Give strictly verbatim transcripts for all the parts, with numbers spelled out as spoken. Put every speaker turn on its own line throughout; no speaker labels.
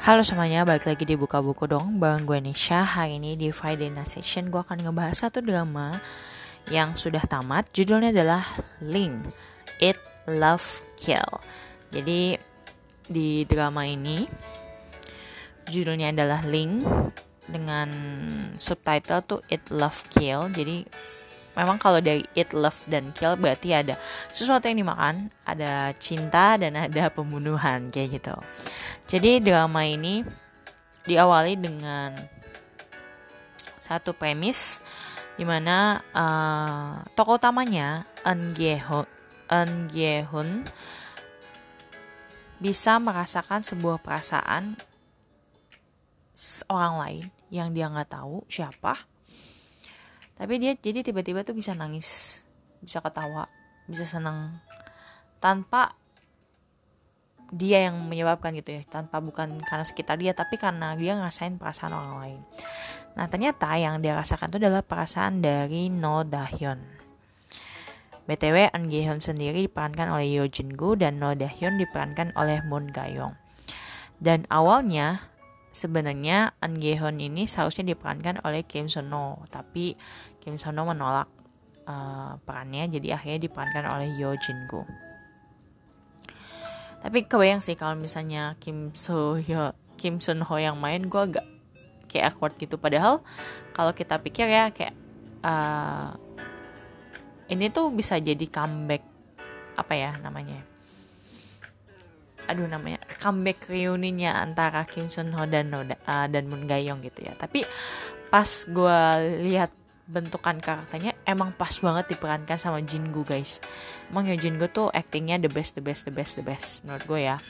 Halo semuanya, balik lagi di Buka Buku dong bareng gue Nisha. Hari ini di Friday Night Session gue akan ngebahas satu drama yang sudah tamat. Judulnya adalah Ling, Eat, Love, Kill. Jadi di drama ini judulnya adalah Ling dengan subtitle tuh Eat, Love, Kill. Jadi memang kalau dari Eat, Love, dan Kill berarti ada sesuatu yang dimakan, ada cinta, dan ada pembunuhan kayak gitu. Jadi drama ini diawali dengan satu premis di mana uh, tokoh utamanya Eun Gye-hun, Eun Gye-hun bisa merasakan sebuah perasaan orang lain yang dia nggak tahu siapa. Tapi dia jadi tiba-tiba tuh bisa nangis, bisa ketawa, bisa senang tanpa dia yang menyebabkan gitu ya, tanpa bukan karena sekitar dia, tapi karena dia ngerasain perasaan orang lain. Nah ternyata yang dia rasakan itu adalah perasaan dari No Da-hyun. B T W Eun Gye-hun sendiri diperankan oleh Yoo Jin-gu dan No Da-hyun diperankan oleh Moon Ga-young. Dan awalnya sebenarnya Eun Gye-hun ini seharusnya diperankan oleh Kim Sun-ho, tapi Kim Sun-ho menolak uh, perannya, jadi akhirnya diperankan oleh Yoo Jin-gu. Tapi kebayang sih kalau misalnya Kim So Hyo, Kim Sun Ho yang main, gue agak kayak awkward gitu. Padahal kalau kita pikir ya kayak uh, ini tuh bisa jadi comeback apa ya namanya? Aduh namanya comeback reuninya antara Kim Sun Ho dan uh, dan Moon Ga-young gitu ya. Tapi pas gue lihat bentukan karakternya emang pas banget diperankan sama Jin-gu guys. Emang ya Jin-gu tuh actingnya the best, the best, the best, the best menurut gue ya.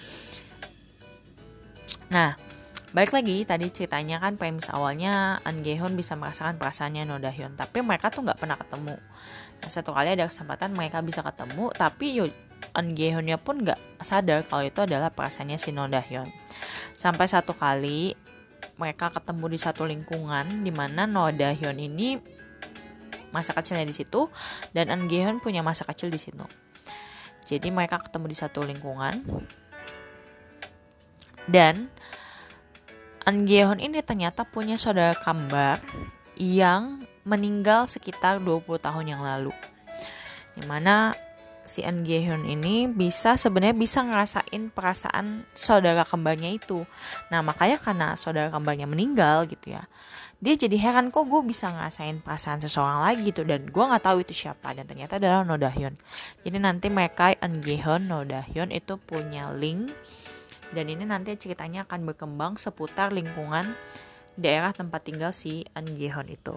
Nah, balik lagi tadi ceritanya kan premis awalnya Eun Gye-hun bisa merasakan perasaannya No Da-hyun, tapi mereka tuh nggak pernah ketemu. Nah, satu kali ada kesempatan mereka bisa ketemu, tapi Eun Gye-hunnya pun nggak sadar kalau itu adalah perasaannya si No Da-hyun. Sampai satu kali mereka ketemu di satu lingkungan di mana No Da-hyun ini masa kecilnya di situ dan Eun Gye-hun punya masa kecil di situ. Jadi mereka ketemu di satu lingkungan dan Eun Gye-hun ini ternyata punya saudara kembar yang meninggal sekitar dua puluh tahun yang lalu. Dimana si Eun Gye-hun ini bisa sebenarnya bisa ngerasain perasaan saudara kembarnya itu. Nah makanya karena saudara kembarnya meninggal gitu ya, dia jadi heran kok gue bisa ngerasain perasaan seseorang lagi gitu, dan gue nggak tahu itu siapa, dan ternyata adalah No Da-hyun. Jadi nanti mereka Eun Gye-hun, No Da-hyun itu punya link, dan ini nanti ceritanya akan berkembang seputar lingkungan daerah tempat tinggal si Eun Gye-hun itu.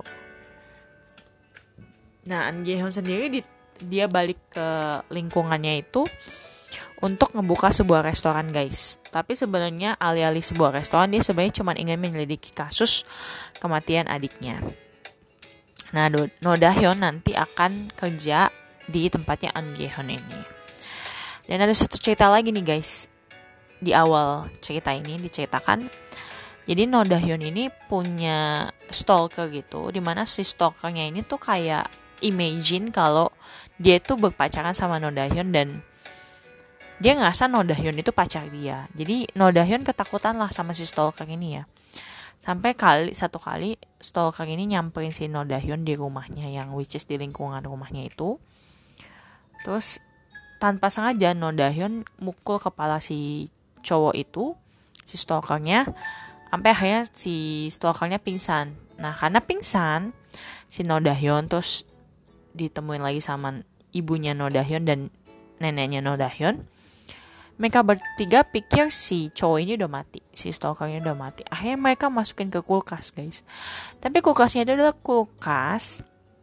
Nah Eun Gye-hun sendiri di, dia balik ke lingkungannya itu untuk ngebuka sebuah restoran guys. Tapi sebenarnya alih-alih sebuah restoran, dia sebenarnya cuma ingin menyelidiki kasus kematian adiknya. Nah No Da-hyun nanti akan kerja di tempatnya Eun Gye-hun ini. Dan ada satu cerita lagi nih guys. Di awal cerita ini diceritakan, jadi No Da-hyun ini punya stalker gitu, dimana si stalkernya ini tuh kayak imagine kalau dia tuh berpacaran sama No Da-hyun dan dia ngerasa No Da-hyun itu pacar dia. Jadi No Da-hyun ketakutan lah sama si stalker ini ya. Sampai kali satu kali stalker ini nyamperin si No Da-hyun di rumahnya yang which is di lingkungan rumahnya itu. Terus tanpa sengaja No Da-hyun mukul kepala si cowok itu, si stalkernya, sampai akhirnya si stalkernya pingsan. Nah karena pingsan si No Da-hyun terus ditemuin lagi sama ibunya No Da-hyun dan neneknya No Da-hyun. Mereka bertiga pikir si cowok ini udah mati, si stalkernya udah mati. Akhirnya mereka masukin ke kulkas guys. Tapi kulkasnya itu adalah kulkas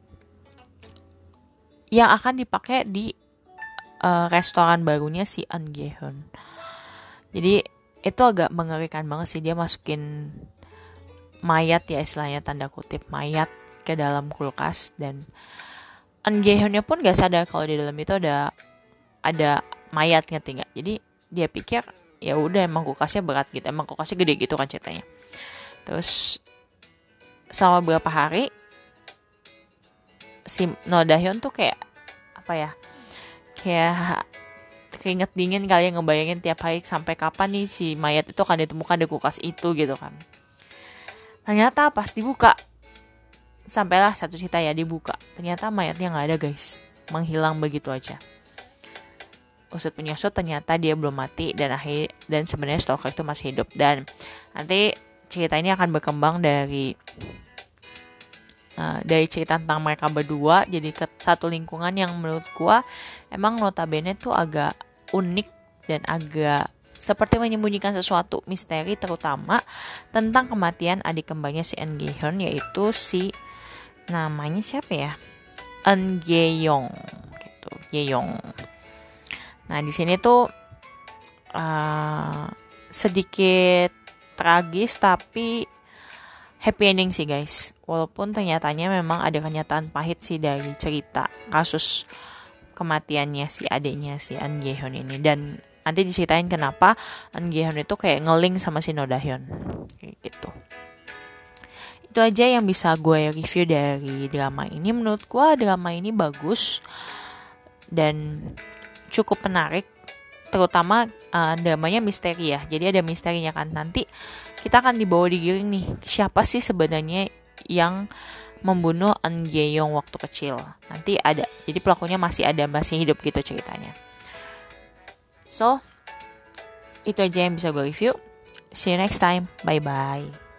yang akan dipakai di uh, restoran barunya si Eun Gye-hun. Jadi itu agak mengerikan banget sih, dia masukin mayat ya istilahnya tanda kutip mayat ke dalam kulkas, dan Eun Gye-hunnya pun gak sadar kalau di dalam itu ada ada mayat, ngerti nggak? Jadi dia pikir ya udah emang kulkasnya berat gitu, emang kulkasnya gede gitu kan ceritanya. Terus selama beberapa hari si No Da-hyun tuh kayak apa ya? Kayak keringet dingin kalian ngebayangin tiap hari sampai kapan nih si mayat itu akan ditemukan di kulkas itu gitu kan. Ternyata pas dibuka, sampailah satu cerita ya, dibuka, ternyata mayatnya nggak ada guys, menghilang begitu aja. Usut punya usut, ternyata dia belum mati dan akhir dan sebenarnya stalker itu masih hidup. Dan nanti cerita ini akan berkembang dari uh, dari cerita tentang mereka berdua jadi ke satu lingkungan yang menurut gua emang notabene tuh agak unik dan agak seperti menyembunyikan sesuatu misteri, terutama tentang kematian adik kembarnya si Eun Gi-hyun, yaitu si namanya siapa ya? Eun Ge-yong gitu, Ge-yong. Nah, di sini tuh uh, sedikit tragis tapi happy ending sih guys. Walaupun ternyatanya memang ada kenyataan pahit sih dari cerita kasus kematiannya si adiknya si Eun Gi-hyun ini, dan nanti diceritain kenapa Eun Gi-hyun itu kayak ngeling sama si No Da-hyun kayak gitu. Itu aja yang bisa gue review dari drama ini. Menurut gue drama ini bagus dan cukup menarik, terutama uh, dramanya misteri ya. Jadi ada misterinya kan, nanti kita akan dibawa digiring nih, siapa sih sebenarnya yang membunuh Eun Ge-yong waktu kecil. Nanti ada, jadi pelakunya masih ada, masih hidup gitu ceritanya. So, itu aja yang bisa gue review. See you next time. Bye-bye.